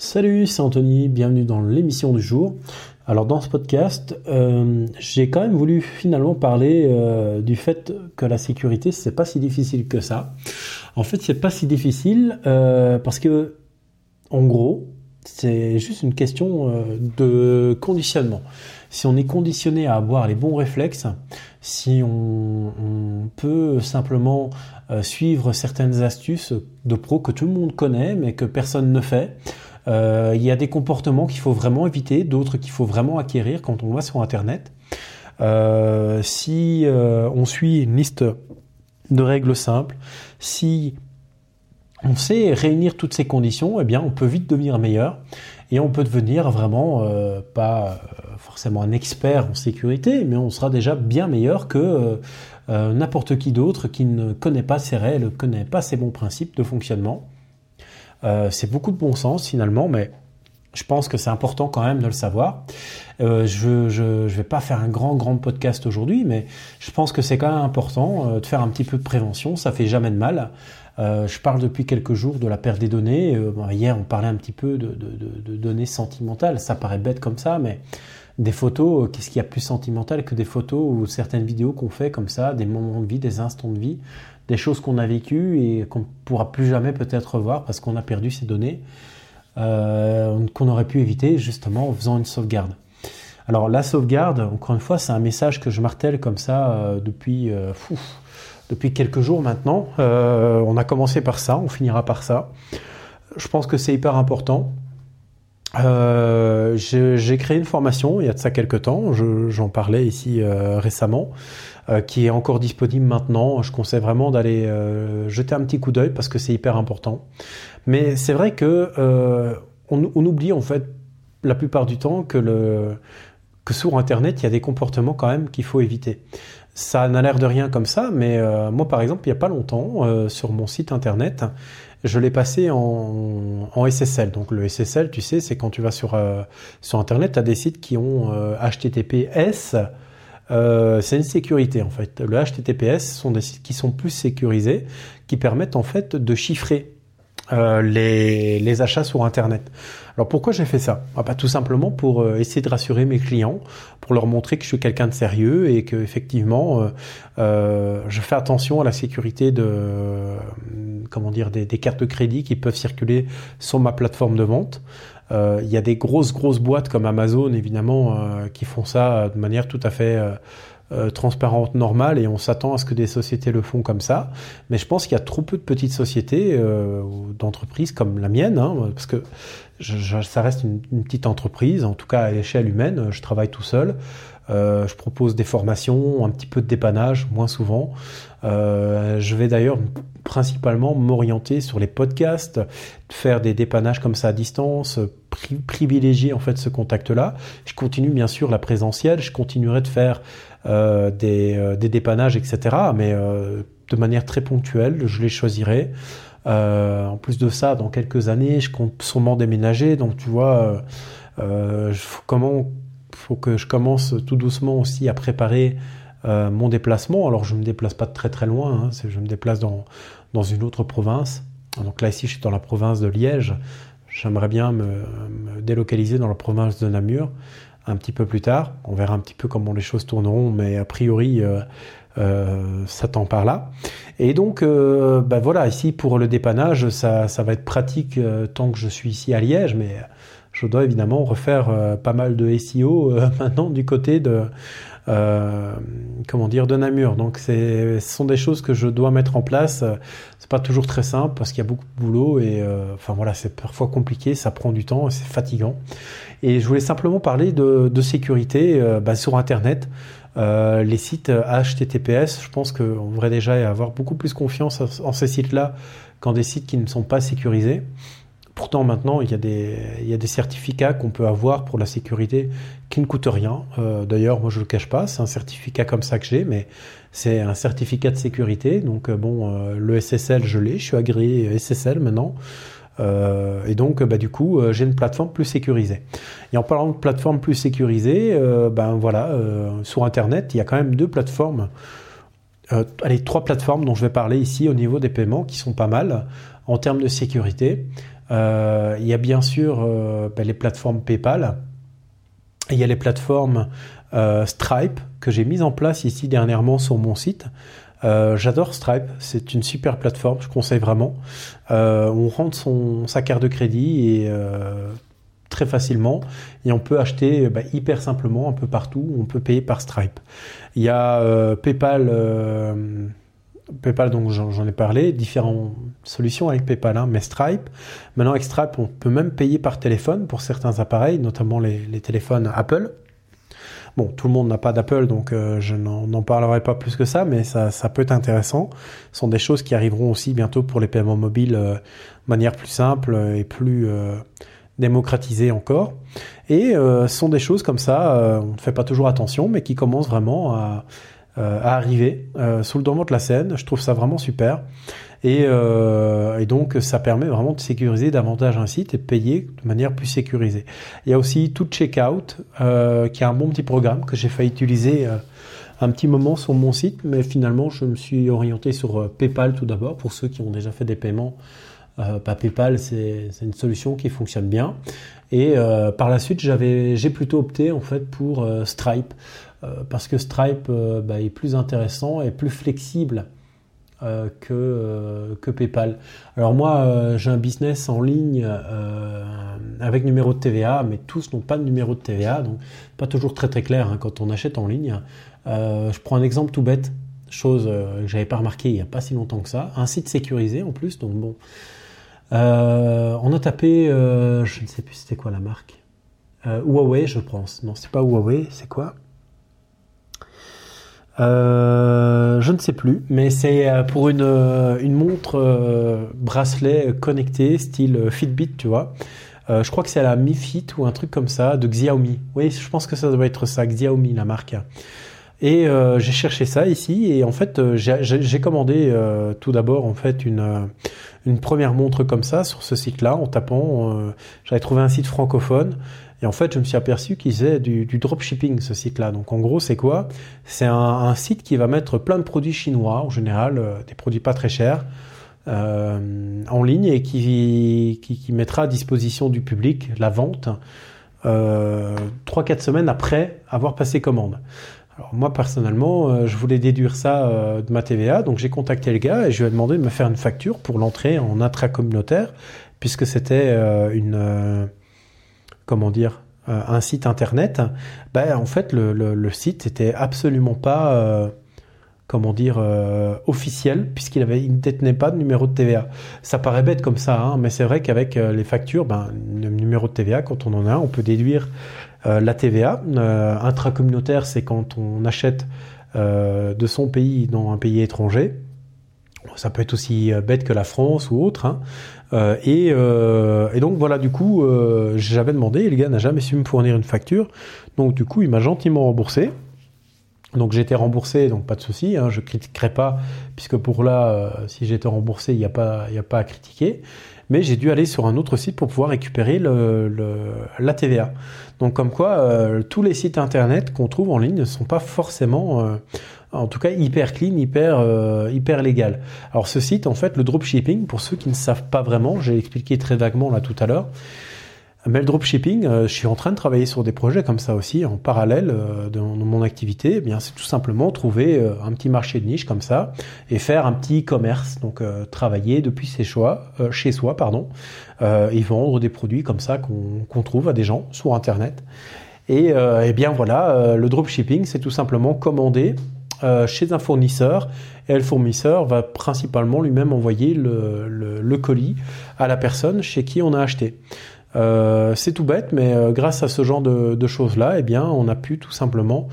Salut, c'est Anthony, bienvenue dans l'émission du jour. Alors dans ce podcast, j'ai quand même voulu finalement parler du fait que la sécurité, c'est pas si difficile que ça. En fait, c'est pas si difficile parce que, en gros, c'est juste une question de conditionnement. Si on est conditionné à avoir les bons réflexes, si on peut simplement suivre certaines astuces de pro que tout le monde connaît mais que personne ne fait, il y a des comportements qu'il faut vraiment éviter, d'autres qu'il faut vraiment acquérir quand on va sur Internet. Si on suit une liste de règles simples, si on sait réunir toutes ces conditions, eh bien, on peut vite devenir meilleur et on peut devenir vraiment pas forcément un expert en sécurité, mais on sera déjà bien meilleur que n'importe qui d'autre qui ne connaît pas ces règles, ne connaît pas ces bons principes de fonctionnement. C'est beaucoup de bon sens finalement, mais je pense que c'est important quand même de le savoir. Je vais pas faire un grand podcast aujourd'hui, mais je pense que c'est quand même important de faire un petit peu de prévention, ça fait jamais de mal. Je parle depuis quelques jours de la perte des données. Hier, on parlait un petit peu de données sentimentales. Ça paraît bête comme ça, mais des photos, qu'est-ce qu'il y a plus sentimental que des photos ou certaines vidéos qu'on fait comme ça, des moments de vie, des instants de vie, des choses qu'on a vécues et qu'on ne pourra plus jamais peut-être revoir parce qu'on a perdu ces données, qu'on aurait pu éviter justement en faisant une sauvegarde. Alors la sauvegarde, encore une fois, c'est un message que je martèle comme ça depuis quelques jours maintenant. On a commencé par ça, on finira par ça. Je pense que c'est hyper important. J'ai créé une formation il y a de ça quelques temps, j'en parlais ici récemment, qui est encore disponible maintenant. Je conseille vraiment d'aller jeter un petit coup d'œil parce que c'est hyper important. Mais c'est vrai que on oublie en fait la plupart du temps que sur Internet il y a des comportements quand même qu'il faut éviter. Ça n'a l'air de rien comme ça, mais moi par exemple il n'y a pas longtemps sur mon site Internet, je l'ai passé en SSL. Donc le SSL, tu sais, c'est quand tu vas sur Internet, tu as des sites qui ont HTTPS. C'est une sécurité en fait. Le HTTPS sont des sites qui sont plus sécurisés, qui permettent en fait de chiffrer les achats sur Internet. Alors pourquoi j'ai fait ça ? Tout simplement pour essayer de rassurer mes clients, pour leur montrer que je suis quelqu'un de sérieux et que effectivement je fais attention à la sécurité des cartes de crédit qui peuvent circuler sur ma plateforme de vente. Il y a des grosses boîtes comme Amazon évidemment qui font ça de manière tout à fait transparente, normale, et on s'attend à ce que des sociétés le font comme ça. Mais je pense qu'il y a trop peu de petites sociétés d'entreprises comme la mienne, parce que ça reste une petite entreprise, en tout cas à l'échelle humaine. Je travaille tout seul. Je propose des formations, un petit peu de dépannage, moins souvent. Je vais d'ailleurs principalement m'orienter sur les podcasts, faire des dépannages comme ça à distance, privilégier en fait ce contact-là. Je continue bien sûr la présentielle, je continuerai de faire des dépannages, etc. Mais de manière très ponctuelle, je les choisirai. En plus de ça, dans quelques années, je compte sûrement déménager. Donc tu vois, faut que je commence tout doucement aussi à préparer mon déplacement. Alors je me déplace pas de très loin, je me déplace dans une autre province. Donc là ici je suis dans la province de Liège. J'aimerais bien me délocaliser dans la province de Namur un petit peu plus tard. On verra un petit peu comment les choses tourneront, mais a priori ça tend par là. Et donc voilà, ici pour le dépannage ça va être pratique tant que je suis ici à Liège, mais je dois évidemment refaire pas mal de SEO maintenant du côté de Namur. Donc ce sont des choses que je dois mettre en place. C'est pas toujours très simple parce qu'il y a beaucoup de boulot et c'est parfois compliqué, ça prend du temps et c'est fatigant. Et je voulais simplement parler de sécurité sur Internet. Les sites HTTPS, je pense qu'on devrait déjà avoir beaucoup plus confiance en ces sites-là qu'en des sites qui ne sont pas sécurisés. Pourtant, maintenant, il y a des certificats qu'on peut avoir pour la sécurité qui ne coûtent rien. D'ailleurs, moi, je le cache pas, c'est un certificat comme ça que j'ai, mais c'est un certificat de sécurité. Donc, le SSL, je l'ai, je suis agréé SSL maintenant. Et donc, du coup, j'ai une plateforme plus sécurisée. Et en parlant de plateforme plus sécurisée, sur Internet, il y a quand même trois plateformes dont je vais parler ici au niveau des paiements qui sont pas mal en termes de sécurité. Il y a bien sûr les plateformes PayPal. Et il y a les plateformes Stripe que j'ai mises en place ici dernièrement sur mon site. J'adore Stripe, c'est une super plateforme, je conseille vraiment. On rentre sa carte de crédit et très facilement et on peut acheter hyper simplement un peu partout. On peut payer par Stripe. Il y a PayPal. PayPal, donc j'en ai parlé, différentes solutions avec PayPal, mais Stripe. Maintenant, avec Stripe, on peut même payer par téléphone pour certains appareils, notamment les téléphones Apple. Bon, tout le monde n'a pas d'Apple, donc je n'en parlerai pas plus que ça, mais ça peut être intéressant. Ce sont des choses qui arriveront aussi bientôt pour les paiements mobiles de manière plus simple et plus démocratisée encore. Et ce sont des choses comme ça, on ne fait pas toujours attention, mais qui commencent vraiment à arriver sous le devant de la scène. Je trouve ça vraiment super. Et donc, ça permet vraiment de sécuriser davantage un site et de payer de manière plus sécurisée. Il y a aussi Tout Checkout, qui est un bon petit programme que j'ai failli utiliser un petit moment sur mon site, mais finalement, je me suis orienté sur PayPal tout d'abord, pour ceux qui ont déjà fait des paiements. PayPal, c'est une solution qui fonctionne bien. Et par la suite, j'ai plutôt opté en fait pour Stripe, parce que Stripe est plus intéressant et plus flexible que PayPal. Alors moi, j'ai un business en ligne avec numéro de TVA, mais tous n'ont pas de numéro de TVA, donc pas toujours très très clair quand on achète en ligne. Je prends un exemple tout bête, chose que j'avais pas remarqué il y a pas si longtemps que ça, un site sécurisé en plus, donc bon. On a tapé, je ne sais plus c'était quoi la marque, Huawei je pense, non c'est pas Huawei, c'est quoi? Je ne sais plus, mais c'est pour une montre bracelet connecté style Fitbit, tu vois. Je crois que c'est la Mi Fit ou un truc comme ça de Xiaomi. Oui, je pense que ça doit être ça, Xiaomi la marque. Et j'ai cherché ça ici et en fait j'ai commandé tout d'abord en fait une première montre comme ça sur ce site-là en tapant. J'avais trouvé un site francophone. Et en fait, je me suis aperçu qu'ils faisaient du dropshipping, ce site-là. Donc, en gros, c'est quoi? C'est un site qui va mettre plein de produits chinois, en général, des produits pas très chers, en ligne et qui mettra à disposition du public la vente 3-4 semaines après avoir passé commande. Alors, moi, personnellement, je voulais déduire ça de ma TVA. Donc, j'ai contacté le gars et je lui ai demandé de me faire une facture pour l'entrée en intracommunautaire, puisque c'était un site internet. En fait, le site était absolument pas, officiel, puisqu'il ne détenait pas de numéro de TVA. Ça paraît bête comme ça, mais c'est vrai qu'avec les factures, le numéro de TVA, quand on en a un, on peut déduire la TVA. Intracommunautaire, c'est quand on achète de son pays dans un pays étranger. Ça peut être aussi bête que la France ou autre. Et donc voilà, du coup, j'avais demandé et le gars n'a jamais su me fournir une facture. Donc du coup, il m'a gentiment remboursé. Donc j'ai été remboursé, donc pas de souci. Je critiquerai pas, puisque pour là, si j'ai été remboursé, il n'y a pas à critiquer. Mais j'ai dû aller sur un autre site pour pouvoir récupérer la TVA. Donc comme quoi, tous les sites internet qu'on trouve en ligne ne sont pas forcément, en tout cas hyper clean, hyper légal. Alors ce site, en fait, le dropshipping, pour ceux qui ne savent pas vraiment, j'ai expliqué très vaguement là tout à l'heure. Mais le dropshipping, je suis en train de travailler sur des projets comme ça aussi, en parallèle de mon activité. Eh bien, c'est tout simplement trouver un petit marché de niche comme ça et faire un petit commerce. Donc, travailler depuis chez soi, et vendre des produits comme ça qu'on trouve à des gens sur Internet. Et bien voilà, le dropshipping, c'est tout simplement commander chez un fournisseur et le fournisseur va principalement lui-même envoyer le colis à la personne chez qui on a acheté. C'est tout bête, mais grâce à ce genre de choses-là, eh bien, on a pu tout simplement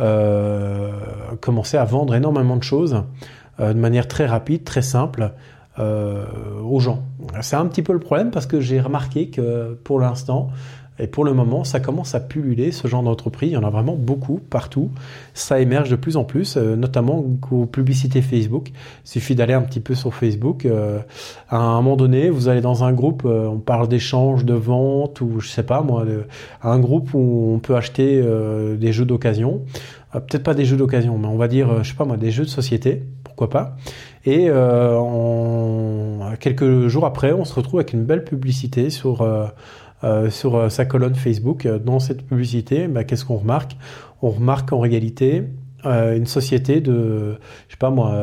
commencer à vendre énormément de choses de manière très rapide, très simple aux gens. C'est un petit peu le problème parce que j'ai remarqué que pour l'instant et pour le moment, ça commence à pulluler ce genre d'entreprise. Il y en a vraiment beaucoup, partout. Ça émerge de plus en plus, notamment aux publicités Facebook. Il suffit d'aller un petit peu sur Facebook. À un moment donné, vous allez dans un groupe, on parle d'échange, de vente, ou je sais pas moi, un groupe où on peut acheter des jeux d'occasion. Peut-être pas des jeux d'occasion, mais on va dire, je sais pas moi, des jeux de société, pourquoi pas. Et quelques jours après, on se retrouve avec une belle publicité sur sa colonne Facebook. Dans cette publicité, qu'est-ce qu'on remarque? On remarque en réalité une société de, je sais pas moi,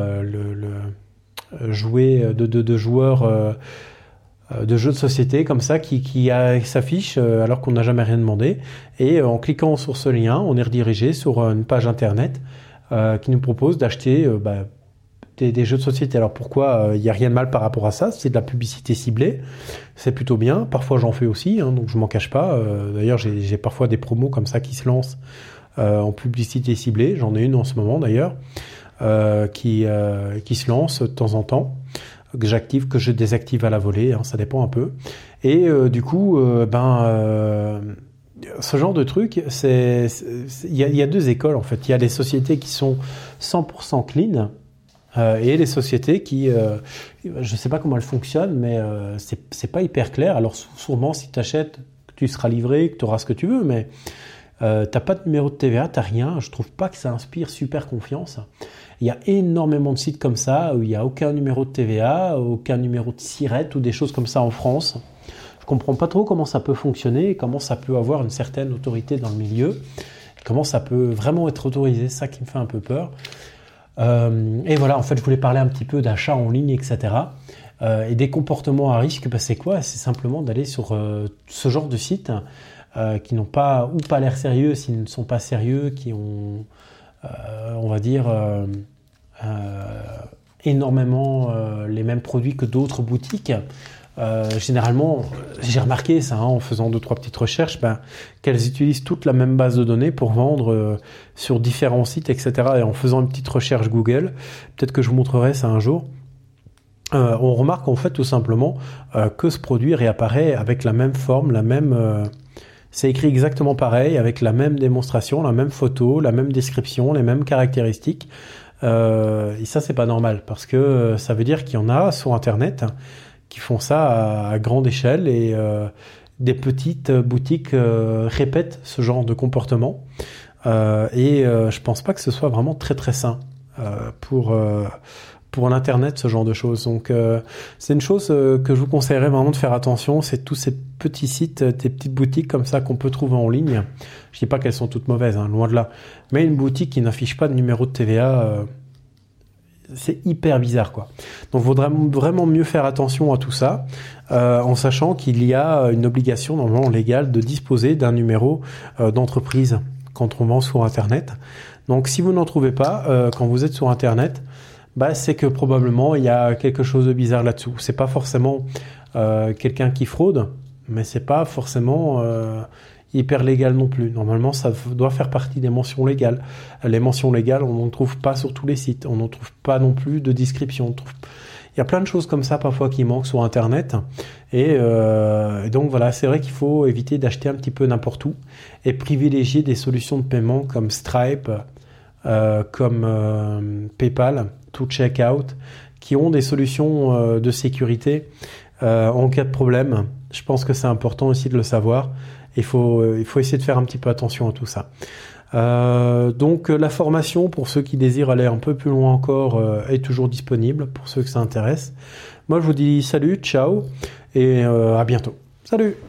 jouets de joueurs de jeux de société comme ça qui s'affiche alors qu'on n'a jamais rien demandé. Et en cliquant sur ce lien, on est redirigé sur une page internet qui nous propose d'acheter des jeux de société. Alors pourquoi il n'y a rien de mal par rapport à ça? C'est de la publicité ciblée, c'est plutôt bien. Parfois j'en fais aussi, donc je m'en cache pas. D'ailleurs j'ai parfois des promos comme ça qui se lancent en publicité ciblée. J'en ai une en ce moment d'ailleurs qui se lance de temps en temps, que j'active, que je désactive à la volée, ça dépend un peu. Et du coup, ce genre de truc, il y a deux écoles en fait. Il y a les sociétés qui sont 100% clean et les sociétés qui, je sais pas comment elles fonctionnent, mais c'est pas hyper clair. Alors sûrement si tu achètes, tu seras livré, que tu auras ce que tu veux, mais t'as pas de numéro de TVA, t'as rien. Je trouve pas que ça inspire super confiance. Il y a énormément de sites comme ça où il n'y a aucun numéro de TVA, aucun numéro de SIRET ou des choses comme ça en France. Je comprends pas trop comment ça peut fonctionner, comment ça peut avoir une certaine autorité dans le milieu, comment ça peut vraiment être autorisé, ça qui me fait un peu peur. Et voilà, en fait, je voulais parler un petit peu d'achat en ligne, etc. Et des comportements à risque, c'est quoi? C'est simplement d'aller sur ce genre de sites qui n'ont pas l'air sérieux, s'ils ne sont pas sérieux, qui ont, on va dire, énormément les mêmes produits que d'autres boutiques. Généralement, j'ai remarqué ça en faisant 2-3 petites recherches, qu'elles utilisent toute la même base de données pour vendre sur différents sites, etc. Et en faisant une petite recherche Google, peut-être que je vous montrerai ça un jour, on remarque en fait tout simplement que ce produit réapparaît avec la même forme, c'est écrit exactement pareil, avec la même démonstration, la même photo, la même description, les mêmes caractéristiques. Et ça, c'est pas normal parce que ça veut dire qu'il y en a sur Internet qui font ça à grande échelle et des petites boutiques répètent ce genre de comportement. Et je pense pas que ce soit vraiment très très sain pour l'internet, ce genre de choses. Donc c'est une chose que je vous conseillerais vraiment de faire attention, c'est tous ces petits sites, des petites boutiques comme ça qu'on peut trouver en ligne. Je dis pas qu'elles sont toutes mauvaises, loin de là, mais une boutique qui n'affiche pas de numéro de TVA, c'est hyper bizarre quoi. Donc il vaudrait vraiment mieux faire attention à tout ça, en sachant qu'il y a une obligation normalement légale de disposer d'un numéro d'entreprise quand on vend sur Internet. Donc si vous n'en trouvez pas quand vous êtes sur Internet, c'est que probablement il y a quelque chose de bizarre là-dessous. C'est pas forcément quelqu'un qui fraude, mais c'est pas forcément hyper légal non plus. Normalement, ça doit faire partie des mentions légales. Les mentions légales, on n'en trouve pas sur tous les sites. On n'en trouve pas non plus de description. Il y a plein de choses comme ça parfois qui manquent sur Internet. Et donc voilà, c'est vrai qu'il faut éviter d'acheter un petit peu n'importe où et privilégier des solutions de paiement comme Stripe, comme PayPal, to Checkout, qui ont des solutions de sécurité en cas de problème. Je pense que c'est important aussi de le savoir. Il faut essayer de faire un petit peu attention à tout ça. Donc la formation, pour ceux qui désirent aller un peu plus loin encore, est toujours disponible pour ceux que ça intéresse. Moi, je vous dis salut, ciao, et à bientôt. Salut!